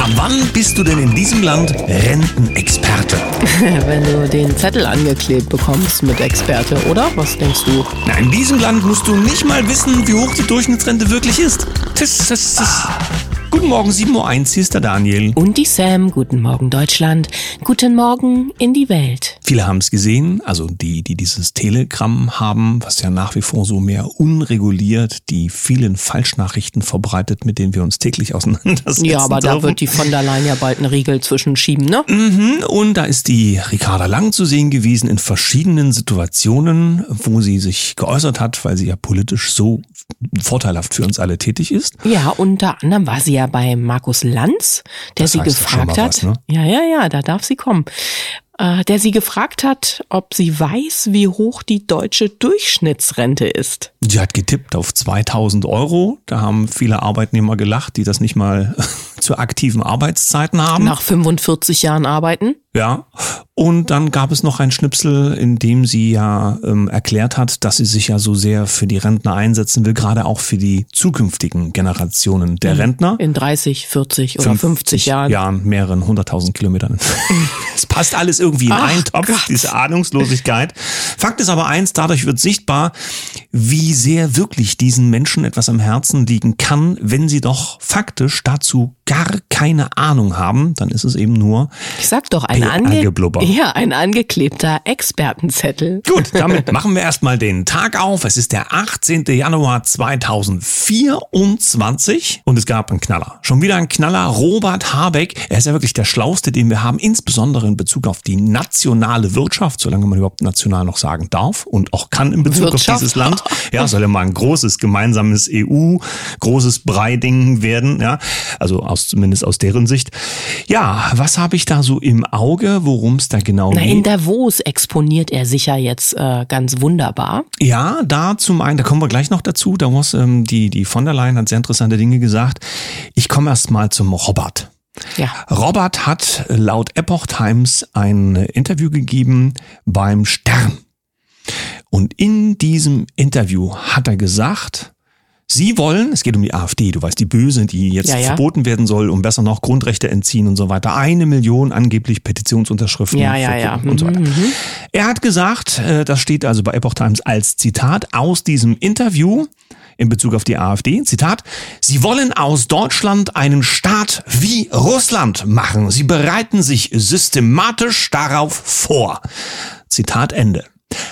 Ab wann bist du denn in diesem Land Rentenexperte? Wenn du den Zettel angeklebt bekommst mit Experte, oder? Was denkst du? Na, in diesem Land musst du nicht mal wissen, wie hoch die Durchschnittsrente wirklich ist. Tis. Guten Morgen, 7:01 Uhr, hier ist der Daniel. Und die Sam. Guten Morgen, Deutschland. Guten Morgen in die Welt. Viele haben es gesehen, also die dieses Telegram haben, was ja nach wie vor so mehr unreguliert die vielen Falschnachrichten verbreitet, mit denen wir uns täglich auseinandersetzen. Ja, aber dürfen. da wird die von der Leyen ja bald einen Riegel zwischenschieben, ne? Und da ist die Ricarda Lang zu sehen gewesen in verschiedenen Situationen, wo sie sich geäußert hat, weil sie ja politisch so vorteilhaft für uns alle tätig ist. Ja, unter anderem war sie ja bei Markus Lanz, der Das sie heißt doch schon gefragt mal hat. was, ne? Ja, da darf sie kommen. Der sie gefragt hat, ob sie weiß, wie hoch die deutsche Durchschnittsrente ist. Sie hat getippt auf 2.000 Euro. Da haben viele Arbeitnehmer gelacht, die das nicht mal zu aktiven Arbeitszeiten haben. Nach 45 Jahren arbeiten? Ja, und dann gab es noch ein Schnipsel, in dem sie ja erklärt hat, dass sie sich ja so sehr für die Rentner einsetzen will, gerade auch für die zukünftigen Generationen der Rentner. In 30, 40 oder 50 Jahren. Mehreren 100.000 Kilometern. Es passt alles irgendwie in einen Topf, Gott. diese Ahnungslosigkeit. Fakt ist aber eins, dadurch wird sichtbar, wie sehr wirklich diesen Menschen etwas am Herzen liegen kann, wenn sie doch faktisch dazu gar keine Ahnung haben, dann ist es eben nur Ich sag doch, ein PR-Geblubber. angeklebter Expertenzettel. Gut, damit machen wir erstmal den Tag auf. Es ist der 18. Januar 2024 und es gab einen Knaller. Schon wieder ein Knaller. Robert Habeck, er ist ja wirklich der Schlauste, den wir haben, insbesondere in Bezug auf die nationale Wirtschaft, solange man überhaupt national noch sagen darf und auch kann in Bezug auf dieses Land. Ja, soll ja mal ein großes gemeinsames großes Brei-Ding werden, ja, also zumindest aus deren Sicht. Ja, was habe ich da so im Auge, worum es da genau geht? In Davos exponiert er sich ja jetzt ganz wunderbar. Ja, da zum einen, da kommen wir gleich noch dazu, da muss die von der Leyen hat sehr interessante Dinge gesagt. Ich komme erst mal zum Robert. Ja. Robert hat laut Epoch Times ein Interview gegeben beim Stern. Und in diesem Interview hat er gesagt, Sie wollen, es geht um die AfD, du weißt, die Böse, die jetzt verboten werden soll, um besser noch Grundrechte entziehen und so weiter. 1 Million angeblich Petitionsunterschriften und so weiter. Er hat gesagt, das steht also bei Epoch Times als Zitat aus diesem Interview in Bezug auf die AfD, Zitat, Sie wollen aus Deutschland einen Staat wie Russland machen. Sie bereiten sich systematisch darauf vor. Zitat Ende.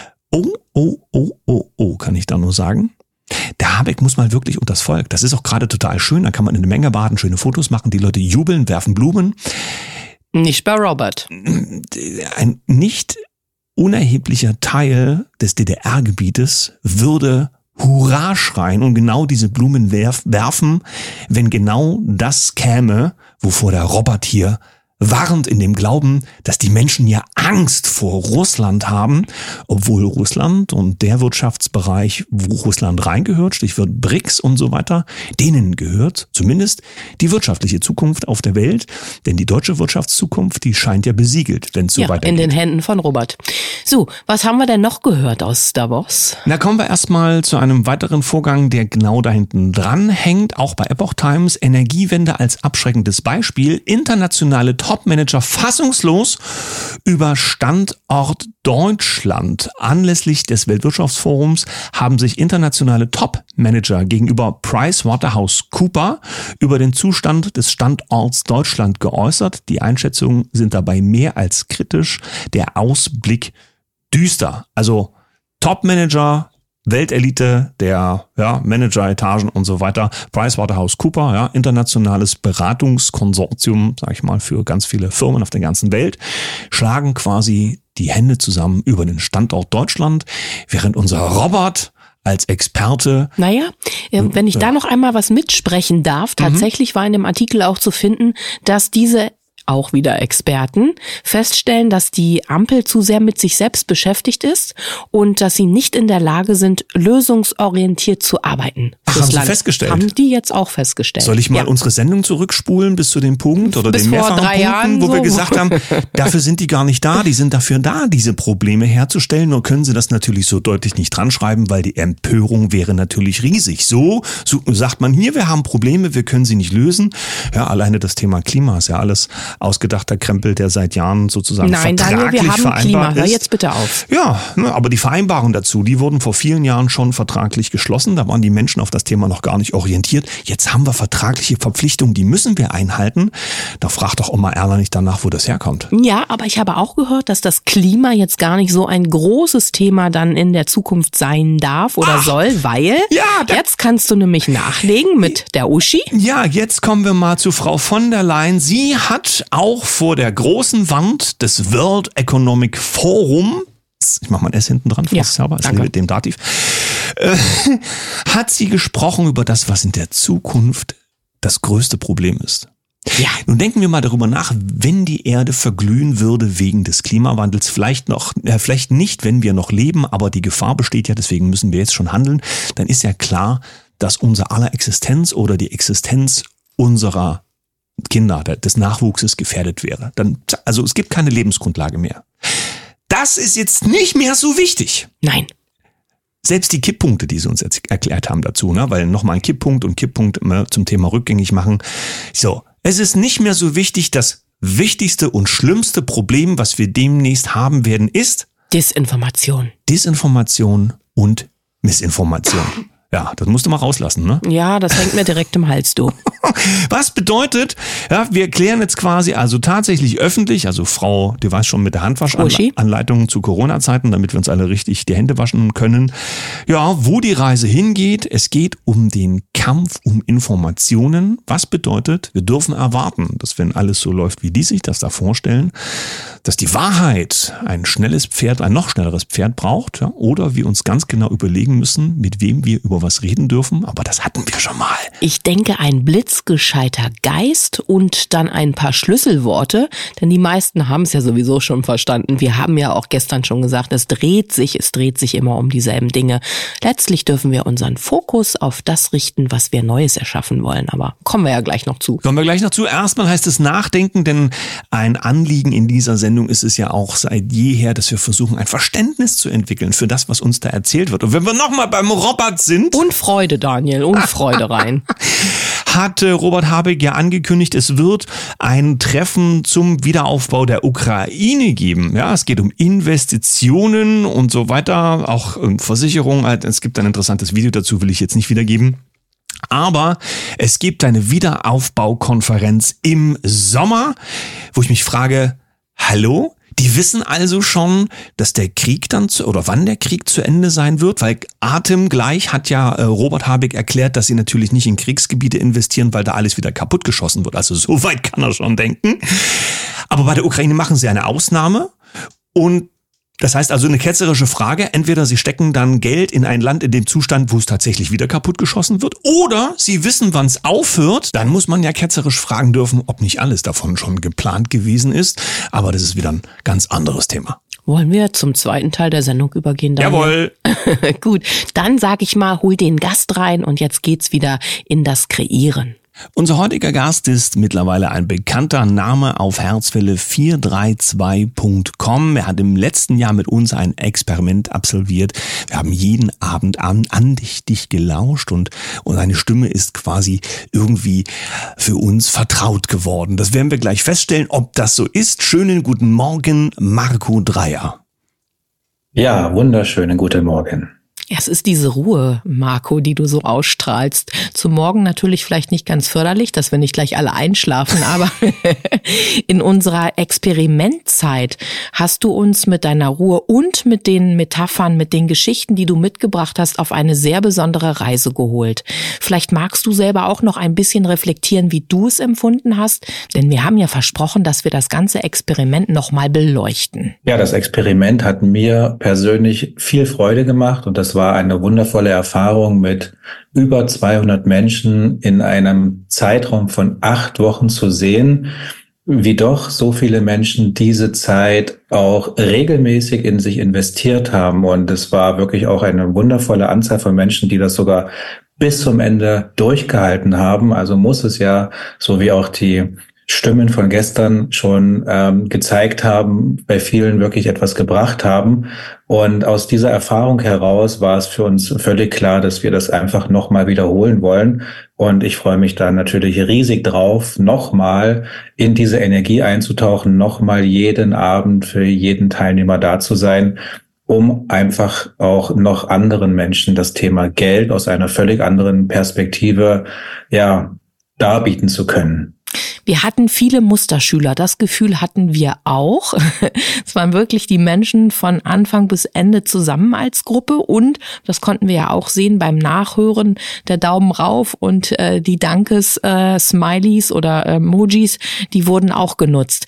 Oh, kann ich da nur sagen. Der Habeck muss mal wirklich unters Volk. Das ist auch gerade total schön. Da kann man in der Menge baden, schöne Fotos machen. Die Leute jubeln, werfen Blumen. Nicht bei Robert. Ein nicht unerheblicher Teil des DDR-Gebietes würde Hurra schreien und genau diese Blumen werfen, wenn genau das käme, wovor der Robert hier warnt, in dem Glauben, dass die Menschen ja Angst vor Russland haben, obwohl Russland und der Wirtschaftsbereich, wo Russland reingehört, Stichwort BRICS und so weiter, denen gehört zumindest die wirtschaftliche Zukunft auf der Welt, denn die deutsche Wirtschaftszukunft, die scheint ja besiegelt, wenn es so weitergeht. In den Händen von Robert. So, was haben wir denn noch gehört aus Davos? Na, kommen wir erstmal zu einem weiteren Vorgang, der genau da hinten dran hängt, auch bei Epoch Times, Energiewende als abschreckendes Beispiel, internationale Topmanager fassungslos über Standort Deutschland. Anlässlich des Weltwirtschaftsforums haben sich internationale Topmanager gegenüber PricewaterhouseCoopers über den Zustand des Standorts Deutschland geäußert. Die Einschätzungen sind dabei mehr als kritisch, der Ausblick düster. Also Topmanager, Weltelite der Manageretagen und so weiter. PricewaterhouseCoopers, internationales Beratungskonsortium, sag ich mal, für ganz viele Firmen auf der ganzen Welt, schlagen quasi die Hände zusammen über den Standort Deutschland, während unser Robert als Experte. Wenn ich da noch einmal was mitsprechen darf, tatsächlich war in dem Artikel auch zu finden, dass diese auch wieder Experten feststellen, dass die Ampel zu sehr mit sich selbst beschäftigt ist und dass sie nicht in der Lage sind, lösungsorientiert zu arbeiten. haben Sie festgestellt? Haben die jetzt auch festgestellt. Soll ich mal unsere Sendung zurückspulen bis zu dem Punkt oder bis den vor mehrfachen 3 Jahren Punkten, wo so. wir gesagt haben, dafür sind die gar nicht da, die sind dafür da, diese Probleme herzustellen. Nur können sie das natürlich so deutlich nicht dran schreiben, weil die Empörung wäre natürlich riesig. So sagt man hier, wir haben Probleme, wir können sie nicht lösen. Ja, alleine das Thema Klima ist ja alles ausgedachter Krempel, der seit Jahren sozusagen Nein, vertraglich Daniel, wir haben Klima. ist. Hör jetzt bitte auf. Ja, aber die Vereinbarungen dazu, die wurden vor vielen Jahren schon vertraglich geschlossen. Da waren die Menschen auf das Thema noch gar nicht orientiert. Jetzt haben wir vertragliche Verpflichtungen, die müssen wir einhalten. Da fragt doch Oma Erna nicht danach, wo das herkommt. Ja, aber ich habe auch gehört, dass das Klima jetzt gar nicht so ein großes Thema dann in der Zukunft sein darf oder soll, weil jetzt kannst du nämlich nachlegen mit der Uschi. Ja, jetzt kommen wir mal zu Frau von der Leyen. Sie hat auch vor der großen Wand des World Economic Forum, ich mache mal ein S hinten dran, mit dem Dativ, hat sie gesprochen über das, was in der Zukunft das größte Problem ist. Ja. Nun denken wir mal darüber nach, wenn die Erde verglühen würde wegen des Klimawandels, vielleicht nicht, wenn wir noch leben, aber die Gefahr besteht ja, deswegen müssen wir jetzt schon handeln, dann ist ja klar, dass unser aller Existenz oder die Existenz unserer Kinder, des Nachwuchses gefährdet wäre. Also es gibt keine Lebensgrundlage mehr. Das ist jetzt nicht mehr so wichtig. Nein. Selbst die Kipppunkte, die sie uns jetzt erklärt haben dazu, ne, weil nochmal ein Kipppunkt zum Thema rückgängig machen. So, es ist nicht mehr so wichtig, das wichtigste und schlimmste Problem, was wir demnächst haben werden, ist Desinformation. Desinformation und Missinformation. Ja, das musst du mal rauslassen, ne? Ja, das hängt mir direkt im Hals, du. Was bedeutet, ja, wir klären jetzt quasi also tatsächlich öffentlich, also Frau, du weißt schon mit der Handwaschanleitung zu Corona-Zeiten, damit wir uns alle richtig die Hände waschen können. Ja, wo die Reise hingeht, es geht um den Kampf um Informationen. Was bedeutet, wir dürfen erwarten, dass wenn alles so läuft, wie die sich das da vorstellen, dass die Wahrheit ein noch schnelleres Pferd braucht, ja, oder wir uns ganz genau überlegen müssen, mit wem wir über was reden dürfen. Aber das hatten wir schon mal. Ich denke, ein blitzgescheiter Geist und dann ein paar Schlüsselworte, denn die meisten haben es ja sowieso schon verstanden. Wir haben ja auch gestern schon gesagt, es dreht sich immer um dieselben Dinge. Letztlich dürfen wir unseren Fokus auf das richten, was wir Neues erschaffen wollen. Aber kommen wir ja gleich noch zu. Erstmal heißt es nachdenken, denn ein Anliegen in dieser Sendung ist es ja auch seit jeher, dass wir versuchen, ein Verständnis zu entwickeln für das, was uns da erzählt wird. Und wenn wir nochmal beim Robert sind. Und Freude, Daniel, und Freude rein. Hat Robert Habeck ja angekündigt, es wird ein Treffen zum Wiederaufbau der Ukraine geben. Ja, es geht um Investitionen und so weiter, auch Versicherungen. Es gibt ein interessantes Video dazu, will ich jetzt nicht wiedergeben. Aber es gibt eine Wiederaufbaukonferenz im Sommer, wo ich mich frage, hallo? Die wissen also schon, dass der Krieg wann der Krieg zu Ende sein wird, weil atemgleich hat ja Robert Habeck erklärt, dass sie natürlich nicht in Kriegsgebiete investieren, weil da alles wieder kaputtgeschossen wird. Also so weit kann er schon denken. Aber bei der Ukraine machen sie eine Ausnahme und das heißt also eine ketzerische Frage, entweder sie stecken dann Geld in ein Land in dem Zustand, wo es tatsächlich wieder kaputtgeschossen wird, oder sie wissen, wann es aufhört. Dann muss man ja ketzerisch fragen dürfen, ob nicht alles davon schon geplant gewesen ist. Aber das ist wieder ein ganz anderes Thema. Wollen wir zum zweiten Teil der Sendung übergehen? Daniel? Jawohl. Gut, dann sag ich mal, hol den Gast rein und jetzt geht's wieder in das Kreieren. Unser heutiger Gast ist mittlerweile ein bekannter Name auf herzwelle432.com. Er hat im letzten Jahr mit uns ein Experiment absolviert. Wir haben jeden Abend andächtig gelauscht und seine Stimme ist quasi irgendwie für uns vertraut geworden. Das werden wir gleich feststellen, ob das so ist. Schönen guten Morgen, Marco Dreyer. Ja, wunderschönen guten Morgen. Es ist diese Ruhe, Marco, die du so ausstrahlst. Zum Morgen natürlich vielleicht nicht ganz förderlich, dass wir nicht gleich alle einschlafen, aber in unserer Experimentzeit hast du uns mit deiner Ruhe und mit den Metaphern, mit den Geschichten, die du mitgebracht hast, auf eine sehr besondere Reise geholt. Vielleicht magst du selber auch noch ein bisschen reflektieren, wie du es empfunden hast, denn wir haben ja versprochen, dass wir das ganze Experiment nochmal beleuchten. Ja, das Experiment hat mir persönlich viel Freude gemacht und das war eine wundervolle Erfahrung mit über 200 Menschen in einem Zeitraum von 8 Wochen zu sehen, wie doch so viele Menschen diese Zeit auch regelmäßig in sich investiert haben. Und es war wirklich auch eine wundervolle Anzahl von Menschen, die das sogar bis zum Ende durchgehalten haben. Also muss es ja, so wie auch die Stimmen von gestern schon gezeigt haben, bei vielen wirklich etwas gebracht haben. Und aus dieser Erfahrung heraus war es für uns völlig klar, dass wir das einfach nochmal wiederholen wollen. Und ich freue mich da natürlich riesig drauf, nochmal in diese Energie einzutauchen, nochmal jeden Abend für jeden Teilnehmer da zu sein, um einfach auch noch anderen Menschen das Thema Geld aus einer völlig anderen Perspektive, darbieten zu können. Wir hatten viele Musterschüler, das Gefühl hatten wir auch. Es waren wirklich die Menschen von Anfang bis Ende zusammen als Gruppe und, das konnten wir ja auch sehen beim Nachhören, der Daumen rauf und die Dankes-Smileys oder Emojis, die wurden auch genutzt.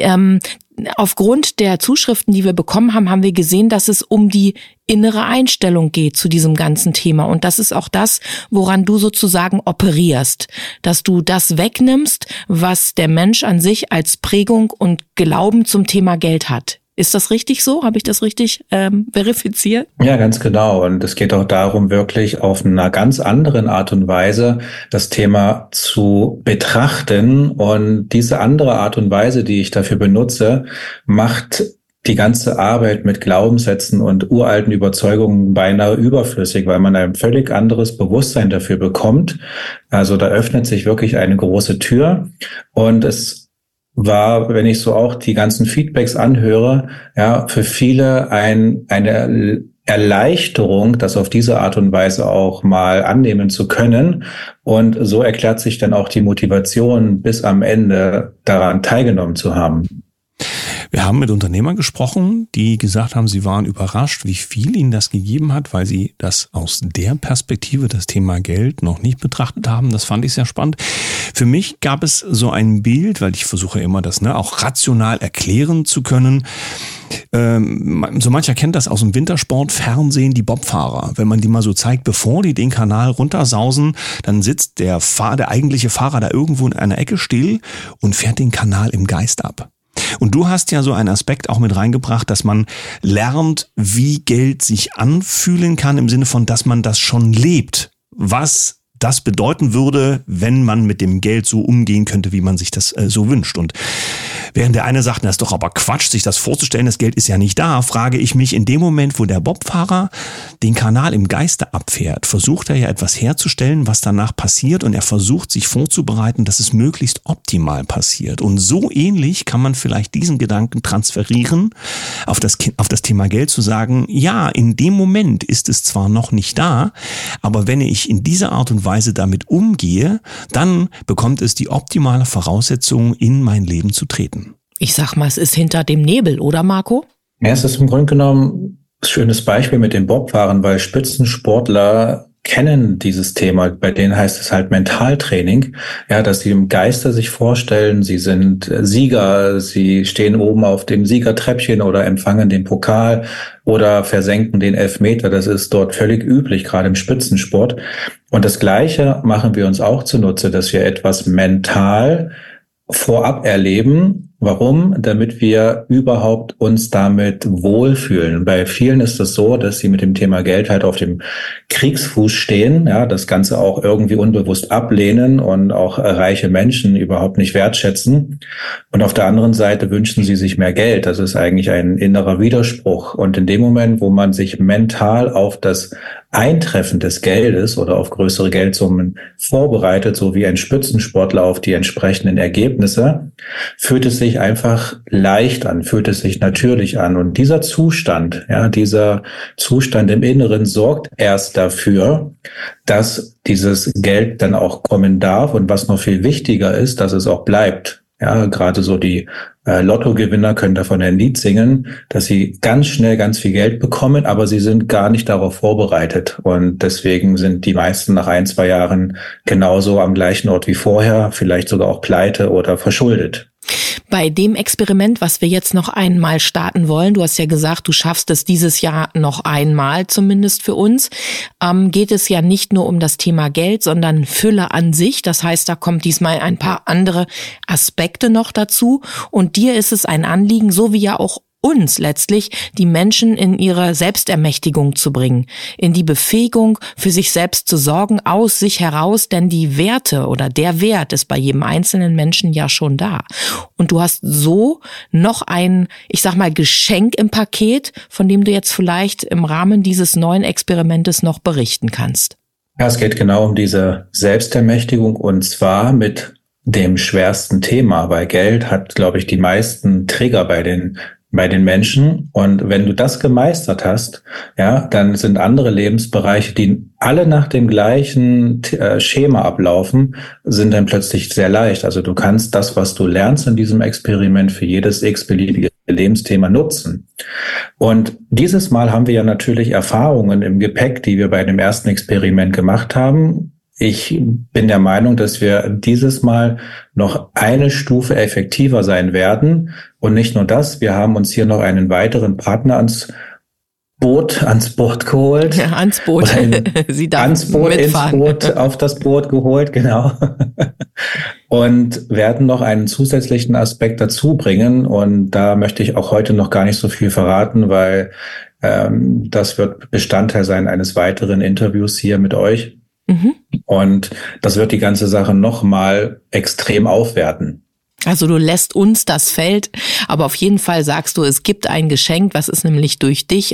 Aufgrund der Zuschriften, die wir bekommen haben, haben wir gesehen, dass es um die innere Einstellung geht zu diesem ganzen Thema. Und das ist auch das, woran du sozusagen operierst. Dass du das wegnimmst, was der Mensch an sich als Prägung und Glauben zum Thema Geld hat. Ist das richtig so? Habe ich das richtig verifiziert? Ja, ganz genau. Und es geht auch darum, wirklich auf einer ganz anderen Art und Weise das Thema zu betrachten. Und diese andere Art und Weise, die ich dafür benutze, macht die ganze Arbeit mit Glaubenssätzen und uralten Überzeugungen beinahe überflüssig, weil man ein völlig anderes Bewusstsein dafür bekommt. Also da öffnet sich wirklich eine große Tür. Und es war, wenn ich so auch die ganzen Feedbacks anhöre, für viele eine Erleichterung, das auf diese Art und Weise auch mal annehmen zu können. Und so erklärt sich dann auch die Motivation, bis am Ende daran teilgenommen zu haben. Wir haben mit Unternehmern gesprochen, die gesagt haben, sie waren überrascht, wie viel ihnen das gegeben hat, weil sie das aus der Perspektive, das Thema Geld, noch nicht betrachtet haben. Das fand ich sehr spannend. Für mich gab es so ein Bild, weil ich versuche immer das auch rational erklären zu können. So mancher kennt das aus dem Wintersport-Fernsehen, die Bobfahrer. Wenn man die mal so zeigt, bevor die den Kanal runtersausen, dann sitzt der eigentliche Fahrer da irgendwo in einer Ecke still und fährt den Kanal im Geist ab. Und du hast ja so einen Aspekt auch mit reingebracht, dass man lernt, wie Geld sich anfühlen kann, im Sinne von, dass man das schon lebt. Was das bedeuten würde, wenn man mit dem Geld so umgehen könnte, wie man sich das so wünscht. Und während der eine sagt, das ist doch aber Quatsch, sich das vorzustellen, das Geld ist ja nicht da, frage ich mich, in dem Moment, wo der Bobfahrer den Kanal im Geiste abfährt, versucht er ja etwas herzustellen, was danach passiert, und er versucht, sich vorzubereiten, dass es möglichst optimal passiert. Und so ähnlich kann man vielleicht diesen Gedanken transferieren auf das Thema Geld, zu sagen, ja, in dem Moment ist es zwar noch nicht da, aber wenn ich in dieser Art und Weise damit umgehe, dann bekommt es die optimale Voraussetzung, in mein Leben zu treten. Ich sag mal, es ist hinter dem Nebel, oder Marco? Ja, es ist im Grunde genommen ein schönes Beispiel mit den Bobfahrern, weil Spitzensportler kennen dieses Thema. Bei denen heißt es halt Mentaltraining, dass sie im Geiste sich vorstellen, sie sind Sieger, sie stehen oben auf dem Siegertreppchen oder empfangen den Pokal oder versenken den Elfmeter. Das ist dort völlig üblich, gerade im Spitzensport. Und das Gleiche machen wir uns auch zunutze, dass wir etwas mental vorab erleben. Warum? Damit wir überhaupt uns damit wohlfühlen. Bei vielen ist es so, dass sie mit dem Thema Geld halt auf dem Kriegsfuß stehen, das Ganze auch irgendwie unbewusst ablehnen und auch reiche Menschen überhaupt nicht wertschätzen. Und auf der anderen Seite wünschen sie sich mehr Geld. Das ist eigentlich ein innerer Widerspruch. Und in dem Moment, wo man sich mental auf das Eintreffen des Geldes oder auf größere Geldsummen vorbereitet, so wie ein Spitzensportler auf die entsprechenden Ergebnisse, fühlt es sich einfach leicht an, fühlt es sich natürlich an. Und dieser Zustand im Inneren sorgt erst dafür, dass dieses Geld dann auch kommen darf. Und was noch viel wichtiger ist, dass es auch bleibt. Gerade so die Lottogewinner können davon ein Lied singen, dass sie ganz schnell ganz viel Geld bekommen, aber sie sind gar nicht darauf vorbereitet. Und deswegen sind die meisten nach 1-2 Jahren genauso am gleichen Ort wie vorher, vielleicht sogar auch pleite oder verschuldet. Bei dem Experiment, was wir jetzt noch einmal starten wollen, du hast ja gesagt, du schaffst es dieses Jahr noch einmal, zumindest für uns, geht es ja nicht nur um das Thema Geld, sondern Fülle an sich. Das heißt, da kommt diesmal ein paar andere Aspekte noch dazu. Und dir ist es ein Anliegen, so wie ja auch uns letztlich, die Menschen in ihre Selbstermächtigung zu bringen, in die Befähigung, für sich selbst zu sorgen, aus sich heraus, denn die Werte oder der Wert ist bei jedem einzelnen Menschen ja schon da. Und du hast so noch ein, ich sag mal, Geschenk im Paket, von dem du jetzt vielleicht im Rahmen dieses neuen Experimentes noch berichten kannst. Ja, es geht genau um diese Selbstermächtigung und zwar mit dem schwersten Thema, weil Geld hat, glaube ich, die meisten Trigger bei den Menschen. Und wenn du das gemeistert hast, ja, dann sind andere Lebensbereiche, die alle nach dem gleichen Schema ablaufen, sind dann plötzlich sehr leicht. Also du kannst das, was du lernst in diesem Experiment, für jedes x-beliebige Lebensthema nutzen. Und dieses Mal haben wir ja natürlich Erfahrungen im Gepäck, die wir bei dem ersten Experiment gemacht haben. Ich bin der Meinung, dass wir dieses Mal noch eine Stufe effektiver sein werden. Und nicht nur das, wir haben uns hier noch einen weiteren Partner ans Boot geholt. Ja, ans Boot. Sie darf mitfahren. Auf das Boot geholt, genau. Und werden noch einen zusätzlichen Aspekt dazu bringen. Und da möchte ich auch heute noch gar nicht so viel verraten, weil das wird Bestandteil sein eines weiteren Interviews hier mit euch. Und das wird die ganze Sache nochmal extrem aufwerten. Also du lässt uns das Feld, aber auf jeden Fall sagst du, es gibt ein Geschenk, was ist nämlich durch dich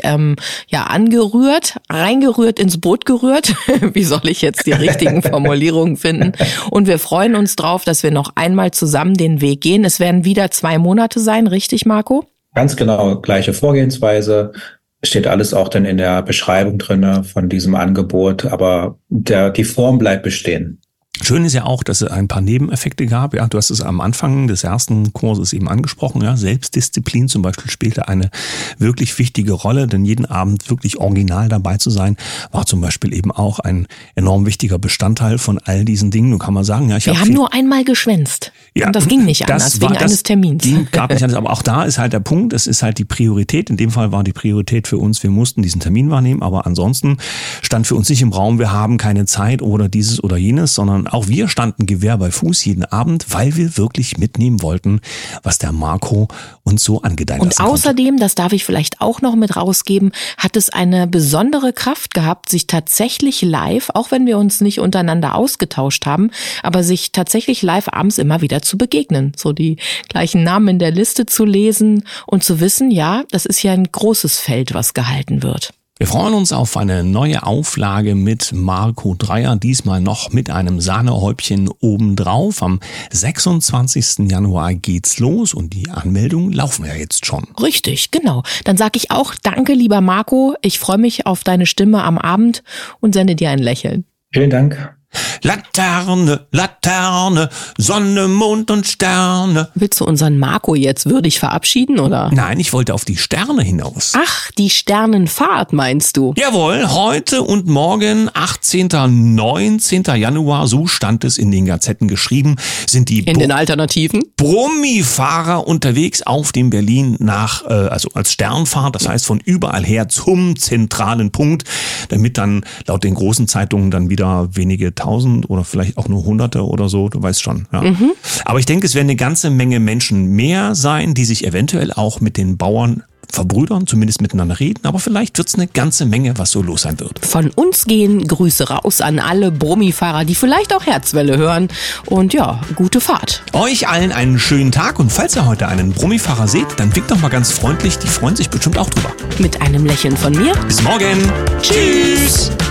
reingerührt, ins Boot gerührt. Wie soll ich jetzt die richtigen Formulierungen finden? Und wir freuen uns drauf, dass wir noch einmal zusammen den Weg gehen. Es werden wieder 2 Monate sein, richtig, Marco? Ganz genau, gleiche Vorgehensweise. Steht alles auch dann in der Beschreibung drinne von diesem Angebot, aber die Form bleibt bestehen. Schön ist ja auch, dass es ein paar Nebeneffekte gab. Ja, du hast es am Anfang des ersten Kurses eben angesprochen. Ja, Selbstdisziplin zum Beispiel spielte eine wirklich wichtige Rolle, denn jeden Abend wirklich original dabei zu sein, war zum Beispiel eben auch ein enorm wichtiger Bestandteil von all diesen Dingen. Nun kann man sagen, ja, wir haben nur einmal geschwänzt. Ja, und das ging nicht anders, wegen eines Termins. Gab nicht anders, aber auch da ist halt der Punkt, es ist halt die Priorität. In dem Fall war die Priorität für uns, wir mussten diesen Termin wahrnehmen, aber ansonsten stand für uns nicht im Raum, wir haben keine Zeit oder dieses oder jenes, sondern auch wir standen Gewehr bei Fuß jeden Abend, weil wir wirklich mitnehmen wollten, was der Marco uns so angedeiht hat. Und außerdem, das darf ich vielleicht auch noch mit rausgeben, hat es eine besondere Kraft gehabt, sich tatsächlich live, auch wenn wir uns nicht untereinander ausgetauscht haben, aber sich tatsächlich live abends immer wieder zu begegnen. So die gleichen Namen in der Liste zu lesen und zu wissen, ja, das ist ja ein großes Feld, was gehalten wird. Wir freuen uns auf eine neue Auflage mit Marco Dreyer, diesmal noch mit einem Sahnehäubchen obendrauf. Am 26. Januar geht's los und die Anmeldungen laufen ja jetzt schon. Richtig, genau. Dann sage ich auch danke, lieber Marco. Ich freue mich auf deine Stimme am Abend und sende dir ein Lächeln. Vielen Dank. Laterne, Laterne, Sonne, Mond und Sterne. Willst du unseren Marco jetzt würdig verabschieden, oder? Nein, ich wollte auf die Sterne hinaus. Ach, die Sternenfahrt meinst du? Jawohl, heute und morgen, 18. 19. Januar, so stand es in den Gazetten geschrieben, sind die in den Alternativen Brummifahrer unterwegs auf dem Berlin also als Sternfahrt, das heißt von überall her zum zentralen Punkt, damit dann laut den großen Zeitungen dann wieder wenige Tausend oder vielleicht auch nur Hunderte oder so, du weißt schon. Ja. Aber ich denke, es werden eine ganze Menge Menschen mehr sein, die sich eventuell auch mit den Bauern verbrüdern, zumindest miteinander reden, aber vielleicht wird's eine ganze Menge, was so los sein wird. Von uns gehen Grüße raus an alle Brummifahrer, die vielleicht auch Herzwelle hören und ja, gute Fahrt. Euch allen einen schönen Tag und falls ihr heute einen Brummifahrer seht, dann winkt doch mal ganz freundlich, die freuen sich bestimmt auch drüber. Mit einem Lächeln von mir. Bis morgen. Tschüss.